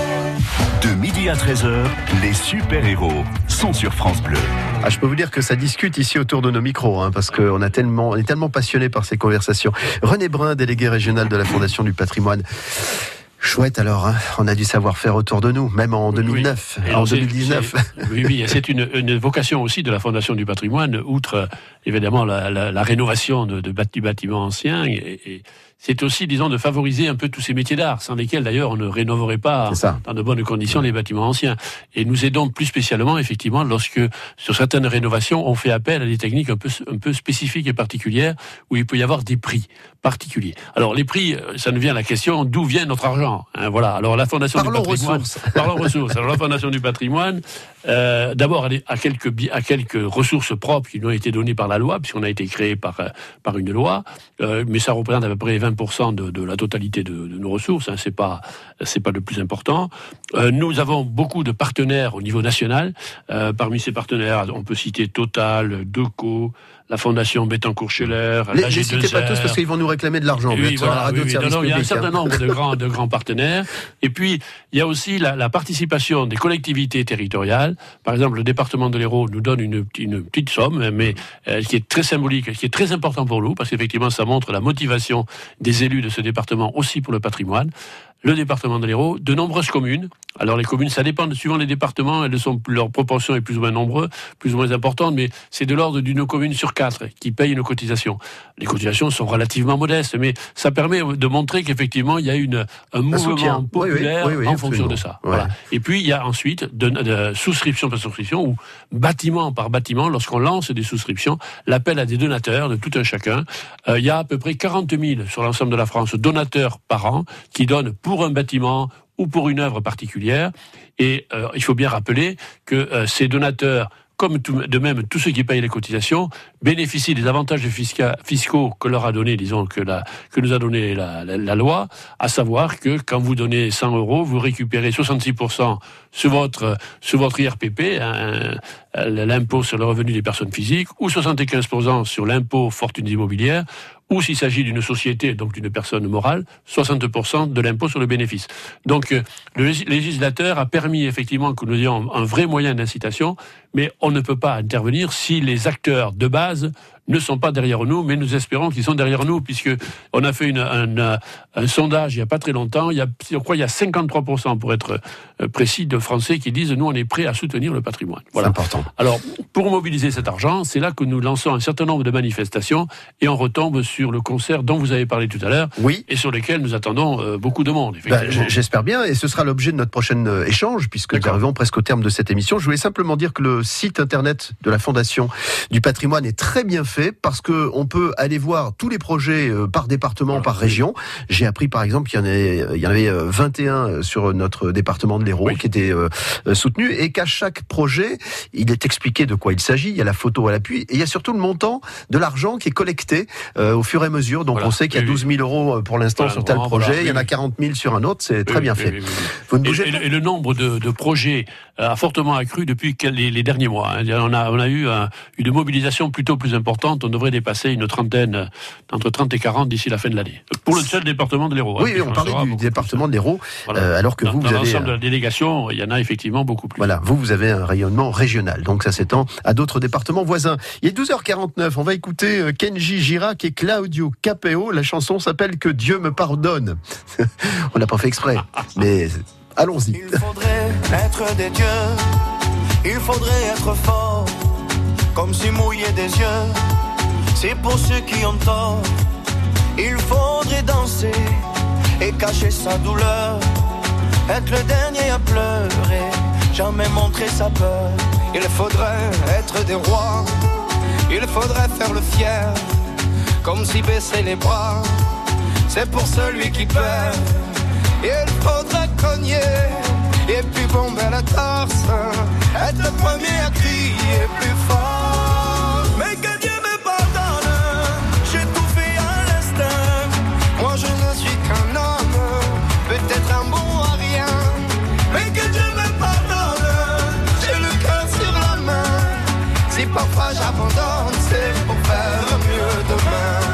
De midi à 13h, les super-héros sont sur France Bleu. Ah, je peux vous dire que ça discute ici autour de nos micros, parce qu'on est tellement passionnés par ces conversations. René Brun, délégué régional de la Fondation du Patrimoine. Chouette alors, on a du savoir-faire autour de nous, même en 2009, en 2019. Oui, c'est une vocation aussi de la Fondation du Patrimoine, outre évidemment la rénovation du bâtiment ancien, et c'est aussi, disons, de favoriser un peu tous ces métiers d'art, sans lesquels d'ailleurs on ne rénoverait pas dans de bonnes conditions les bâtiments anciens. Et nous aidons plus spécialement, effectivement, lorsque sur certaines rénovations, on fait appel à des techniques un peu spécifiques et particulières, où il peut y avoir des prix particuliers. Alors les prix, ça nous vient à la question, d'où vient notre argent, voilà. Alors la Fondation du Patrimoine... Parlons ressources. Alors la Fondation du Patrimoine, d'abord, elle est à quelques ressources propres qui nous ont été données par la loi, puisqu'on a été créé par une loi, mais ça représente à peu près 20% de la totalité de nos ressources, c'est pas le plus important. Nous avons beaucoup de partenaires au niveau national. Parmi ces partenaires, on peut citer Total, Deco, la Fondation Bettencourt-Scheller, la G2R. Ne citez pas tous parce qu'ils vont nous réclamer de l'argent. Oui, voilà, il y a un certain nombre de grands partenaires. Et puis, il y a aussi la participation des collectivités territoriales. Par exemple, le département de l'Hérault nous donne une petite somme, mais qui est très symbolique, qui est très important pour nous, parce qu'effectivement, ça montre la motivation des élus de ce département aussi pour le patrimoine. Le département de l'Hérault, de nombreuses communes. Alors les communes, ça dépend, suivant les départements, leur proportion est plus ou moins nombreuse, plus ou moins importante, mais c'est de l'ordre d'une commune sur 4 qui paye une cotisation. Les cotisations sont relativement modestes, mais ça permet de montrer qu'effectivement il y a un mouvement populaire en fonction de ça. Ouais. Voilà. Et puis il y a ensuite de souscription par souscription ou bâtiment par bâtiment, lorsqu'on lance des souscriptions, l'appel à des donateurs de tout un chacun. Il y a à peu près 40 000 sur l'ensemble de la France donateurs par an qui donnent pour un bâtiment ou pour une œuvre particulière. Et il faut bien rappeler que ces donateurs, comme de même tous ceux qui payent les cotisations, bénéficient des avantages fiscaux que leur a donné, que nous a donné la loi, à savoir que quand vous donnez 100 €, vous récupérez 66% sur votre IRPP, l'impôt sur le revenu des personnes physiques, ou 75% sur l'impôt fortunes immobilières, ou s'il s'agit d'une société, donc d'une personne morale, 60% de l'impôt sur le bénéfice. Donc le législateur a permis effectivement que nous ayons un vrai moyen d'incitation, mais on ne peut pas intervenir si les acteurs de base ne sont pas derrière nous, mais nous espérons qu'ils sont derrière nous, puisque on a fait un sondage il n'y a pas très longtemps, je crois qu'il y a 53% pour être précis de Français qui disent nous on est prêts à soutenir le patrimoine. Voilà. C'est important. Alors pour mobiliser cet argent, c'est là que nous lançons un certain nombre de manifestations et on retombe sur le concert dont vous avez parlé tout à l'heure, et sur lesquels nous attendons beaucoup de monde. J'espère bien, et ce sera l'objet de notre prochain échange, puisque nous arrivons presque au terme de cette émission. Je voulais simplement dire que le site internet de la Fondation du Patrimoine est très bien fait. fait parce que on peut aller voir tous les projets par département, par région. J'ai appris par exemple qu'il y en avait 21 sur notre département de l'Hérault qui étaient soutenus et qu'à chaque projet, il est expliqué de quoi il s'agit. Il y a la photo à l'appui et il y a surtout le montant de l'argent qui est collecté au fur et à mesure. Donc on sait qu'il y a 12 000 euros pour l'instant sur tel projet. Il y en a 40 000 sur un autre. C'est très bien fait. Vous ne bougez pas. Et le nombre de projets a fortement accru depuis les derniers mois. On a eu une mobilisation plutôt plus importante. On devrait dépasser une trentaine, entre 30 et 40 d'ici la fin de l'année. Pour le seul département de l'Hérault. Oui, on parlait du département de l'Hérault, alors que vous dans avez... l'ensemble de la délégation, il y en a effectivement beaucoup plus. Voilà, vous avez un rayonnement régional, donc ça s'étend à d'autres départements voisins. Il est 12h49, on va écouter Kenji Girac et Claudio Capeo. La chanson s'appelle « Que Dieu me pardonne ». On l'a pas fait exprès, mais allons-y. Il faudrait être des dieux, il faudrait être fort, comme si mouiller des yeux, c'est pour ceux qui ont tort. Il faudrait danser et cacher sa douleur, être le dernier à pleurer, jamais montrer sa peur. Il faudrait être des rois, il faudrait faire le fier, comme si baisser les bras, c'est pour celui qui perd. Il faudrait cogner et puis bomber la torse, être le premier à crier plus fort. Mais que Dieu me pardonne, j'ai tout fait à l'instinct. Moi je ne suis qu'un homme, peut-être un bon à rien. Mais que Dieu me pardonne, j'ai le cœur sur la main. Si parfois j'abandonne, c'est pour faire mieux demain.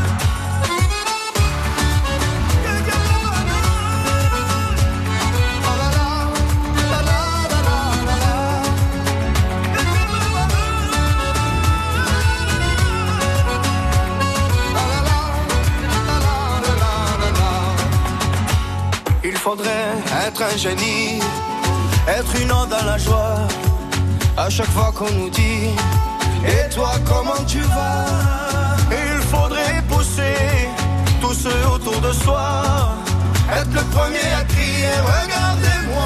Il faudrait être un génie, être une ode à la joie. À chaque fois qu'on nous dit « Et toi, comment tu vas ?» Il faudrait pousser tous ceux autour de soi, être le premier à crier « Regardez-moi !»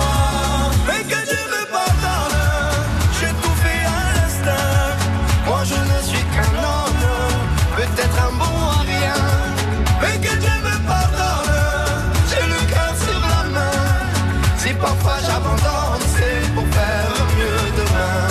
Mais que Dieu me pardonne, j'ai tout fait à l'instinct. Moi je ne suis qu'un homme, peut-être un bon à rien. Mais que Dieu me pardonne, j'ai le cœur sur la main. Si parfois j'abandonne, c'est pour faire mieux demain.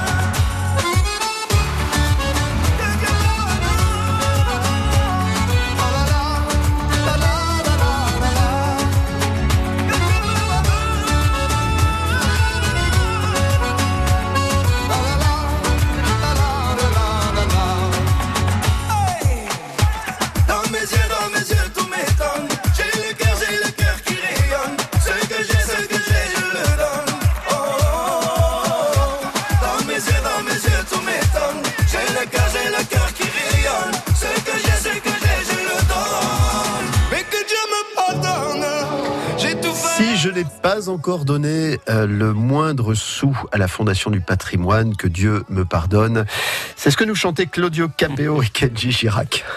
Je n'ai pas encore donné le moindre sou à la Fondation du Patrimoine, que Dieu me pardonne. C'est ce que nous chantaient Claudio Capeo et Kenji Girac.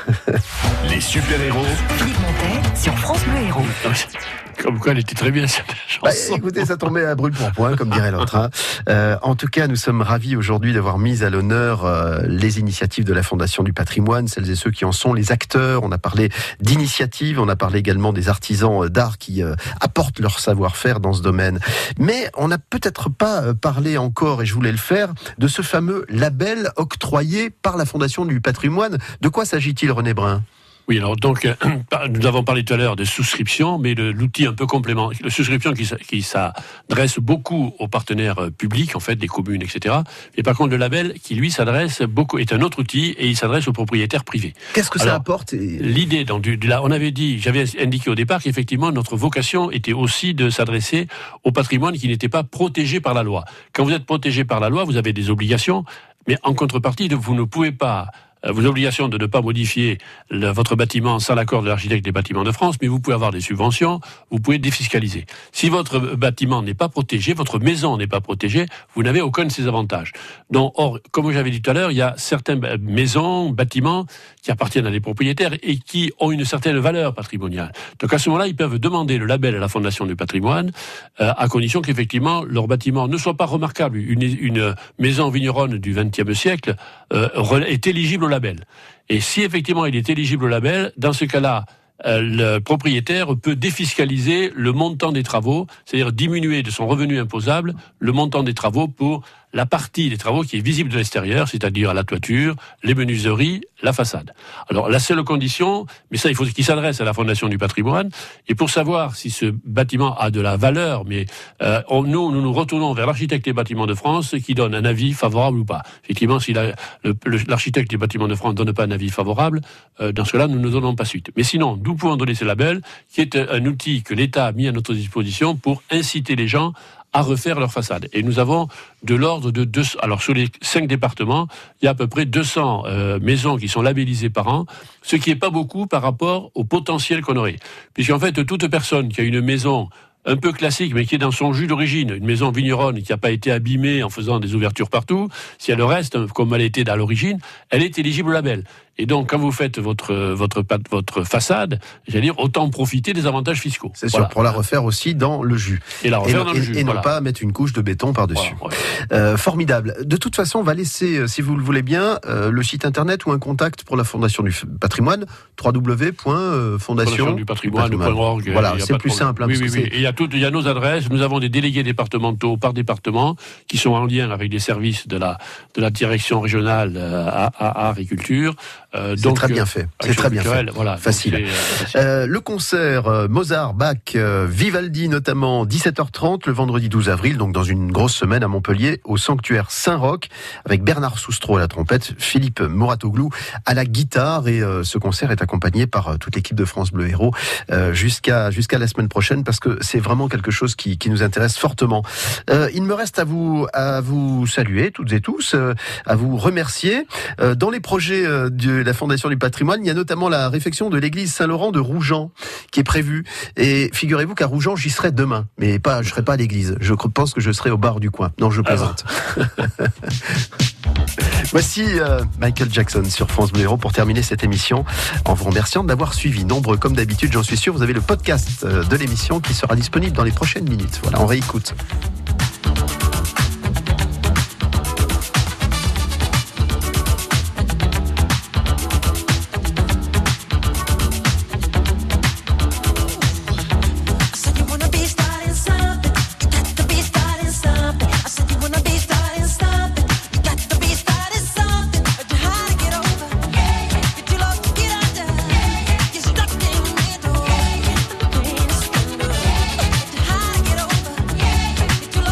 Les super-héros. Philippe Montet sur France Bleu Héros. Comme quoi, elle était très bien, cette chanson. Écoutez, ça tombait à brûle pour point, comme dirait l'autre. En tout cas, nous sommes ravis aujourd'hui d'avoir mis à l'honneur les initiatives de la Fondation du Patrimoine, celles et ceux qui en sont les acteurs. On a parlé d'initiatives, on a parlé également des artisans d'art qui apportent leur savoir-faire dans ce domaine. Mais on n'a peut-être pas parlé encore, et je voulais le faire, de ce fameux label octroyé par la Fondation du Patrimoine. De quoi s'agit-il, René Brun ? Oui, alors donc, nous avons parlé tout à l'heure de souscription, mais l'outil un peu complément, la souscription qui s'adresse beaucoup aux partenaires publics, en fait, des communes, etc. Et par contre, le label qui, lui, s'adresse beaucoup, est un autre outil et il s'adresse aux propriétaires privés. Qu'est-ce que ça apporte ? L'idée, on avait dit, j'avais indiqué au départ qu'effectivement, notre vocation était aussi de s'adresser au patrimoine qui n'était pas protégé par la loi. Quand vous êtes protégé par la loi, vous avez des obligations, mais en contrepartie, vous ne pouvez pas vos obligations de ne pas modifier votre bâtiment sans l'accord de l'architecte des bâtiments de France, mais vous pouvez avoir des subventions, vous pouvez défiscaliser. Si votre bâtiment n'est pas protégé, votre maison n'est pas protégée, vous n'avez aucun de ces avantages. Donc, or, comme j'avais dit tout à l'heure, il y a certaines maisons, bâtiments qui appartiennent à des propriétaires et qui ont une certaine valeur patrimoniale. Donc à ce moment-là, ils peuvent demander le label à la Fondation du Patrimoine, à condition qu'effectivement leur bâtiment ne soit pas remarquable. Une maison vigneronne du XXe siècle est éligible au au label. Et si effectivement il est éligible au label, dans ce cas-là, le propriétaire peut défiscaliser le montant des travaux, c'est-à-dire diminuer de son revenu imposable le montant des travaux pour la partie des travaux qui est visible de l'extérieur, c'est-à-dire la toiture, les menuiseries, la façade. Alors la seule condition, mais ça il faut qu'il s'adresse à la Fondation du patrimoine, et pour savoir si ce bâtiment a de la valeur, mais nous nous retournons vers l'architecte des bâtiments de France qui donne un avis favorable ou pas. Effectivement, si l'architecte des bâtiments de France ne donne pas un avis favorable, dans ce cas-là, nous ne donnons pas suite. Mais sinon, nous pouvons donner ce label, qui est un outil que l'État a mis à notre disposition pour inciter les gens à refaire leur façade. Et nous avons de l'ordre de 200... Alors, sur les 5 départements, il y a à peu près 200 maisons qui sont labellisées par an, ce qui n'est pas beaucoup par rapport au potentiel qu'on aurait. Puisqu'en fait, toute personne qui a une maison un peu classique, mais qui est dans son jus d'origine, une maison vigneronne qui n'a pas été abîmée en faisant des ouvertures partout, si elle reste comme elle était à l'origine, elle est éligible au label. Et donc, quand vous faites votre façade, j'allais dire, autant profiter des avantages fiscaux. C'est sûr, pour la refaire aussi dans le jus. Et la refaire dans le jus. Et non pas mettre une couche de béton par-dessus. Voilà, formidable. De toute façon, on va laisser, si vous le voulez bien, le site internet ou un contact pour la Fondation du patrimoine, www.fondationdupatrimoine.org. Voilà, c'est plus simple. Oui. Et il y a nos adresses. Nous avons des délégués départementaux par département qui sont en lien avec des services de la direction régionale à agriculture. C'est très bien fait. C'est très bien fait. Voilà, facile. Le concert Mozart, Bach, Vivaldi notamment, 17h30 le vendredi 12 avril, donc dans une grosse semaine à Montpellier, au sanctuaire Saint-Roch, avec Bernard Soustreau à la trompette, Philippe Moratoglou à la guitare, et ce concert est accompagné par toute l'équipe de France Bleu Héros jusqu'à la semaine prochaine, parce que c'est vraiment quelque chose qui nous intéresse fortement. Il me reste à vous saluer toutes et tous, à vous remercier. Dans les projets de la Fondation du patrimoine, il y a notamment la réfection de l'église Saint-Laurent de Rougen qui est prévue. Et figurez-vous qu'à Rougen, j'y serai demain. Mais je serai pas à l'église. Je pense que je serai au bar du coin. Non, je plaisante. Voici Michael Jackson sur France Bleu Héros pour terminer cette émission, en vous remerciant de l'avoir suivi. Nombreux comme d'habitude, j'en suis sûr, vous avez le podcast de l'émission qui sera disponible dans les prochaines minutes. Voilà, on réécoute. Get over.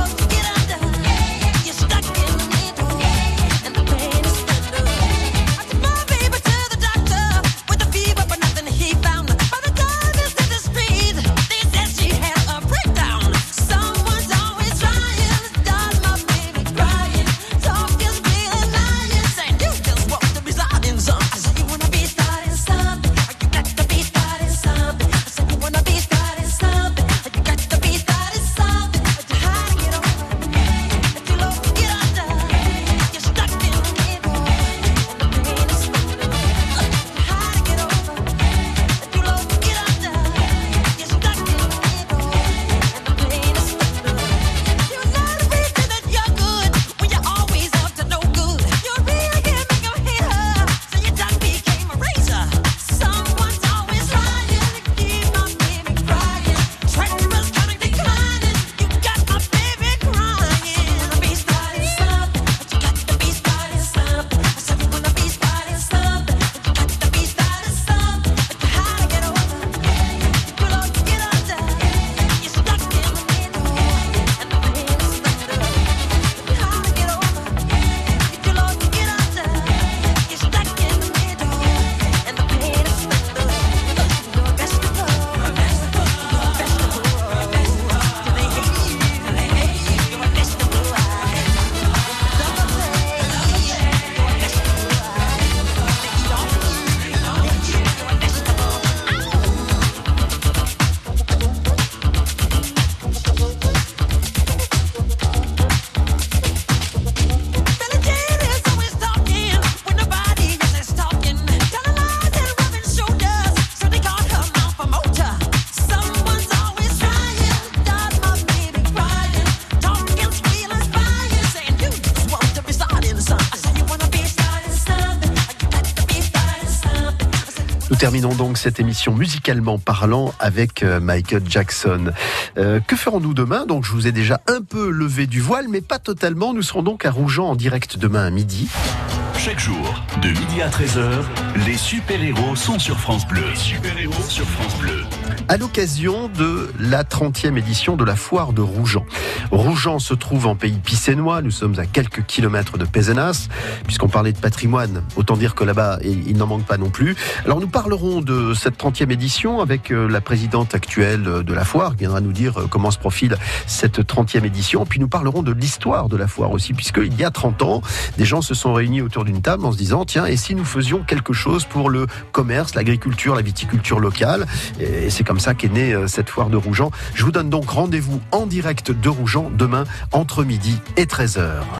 Nous terminons donc cette émission musicalement parlant avec Michael Jackson. Que ferons-nous demain? Donc je vous ai déjà un peu levé du voile, mais pas totalement. Nous serons donc à Rougen en direct demain à midi. Chaque jour, de midi à 13h, les super-héros sont sur France Bleu. Les super-héros sur France Bleu. À l'occasion de la 30e édition de la foire de Rougen. Rougen se trouve en pays picénois. Nous sommes à quelques kilomètres de Pézenas. Puisqu'on parlait de patrimoine, autant dire que là-bas, il n'en manque pas non plus. Alors nous parlerons de cette 30e édition avec la présidente actuelle de la foire qui viendra nous dire comment se profile cette 30e édition. Puis nous parlerons de l'histoire de la foire aussi, puisqu'il y a 30 ans, des gens se sont réunis autour d'une table en se disant tiens, et si nous faisions quelque chose pour le commerce, l'agriculture, la viticulture locale. Et c'est comme ça qu'est née cette foire de Rougen. Je vous donne donc rendez-vous en direct de Rougen demain entre midi et 13h.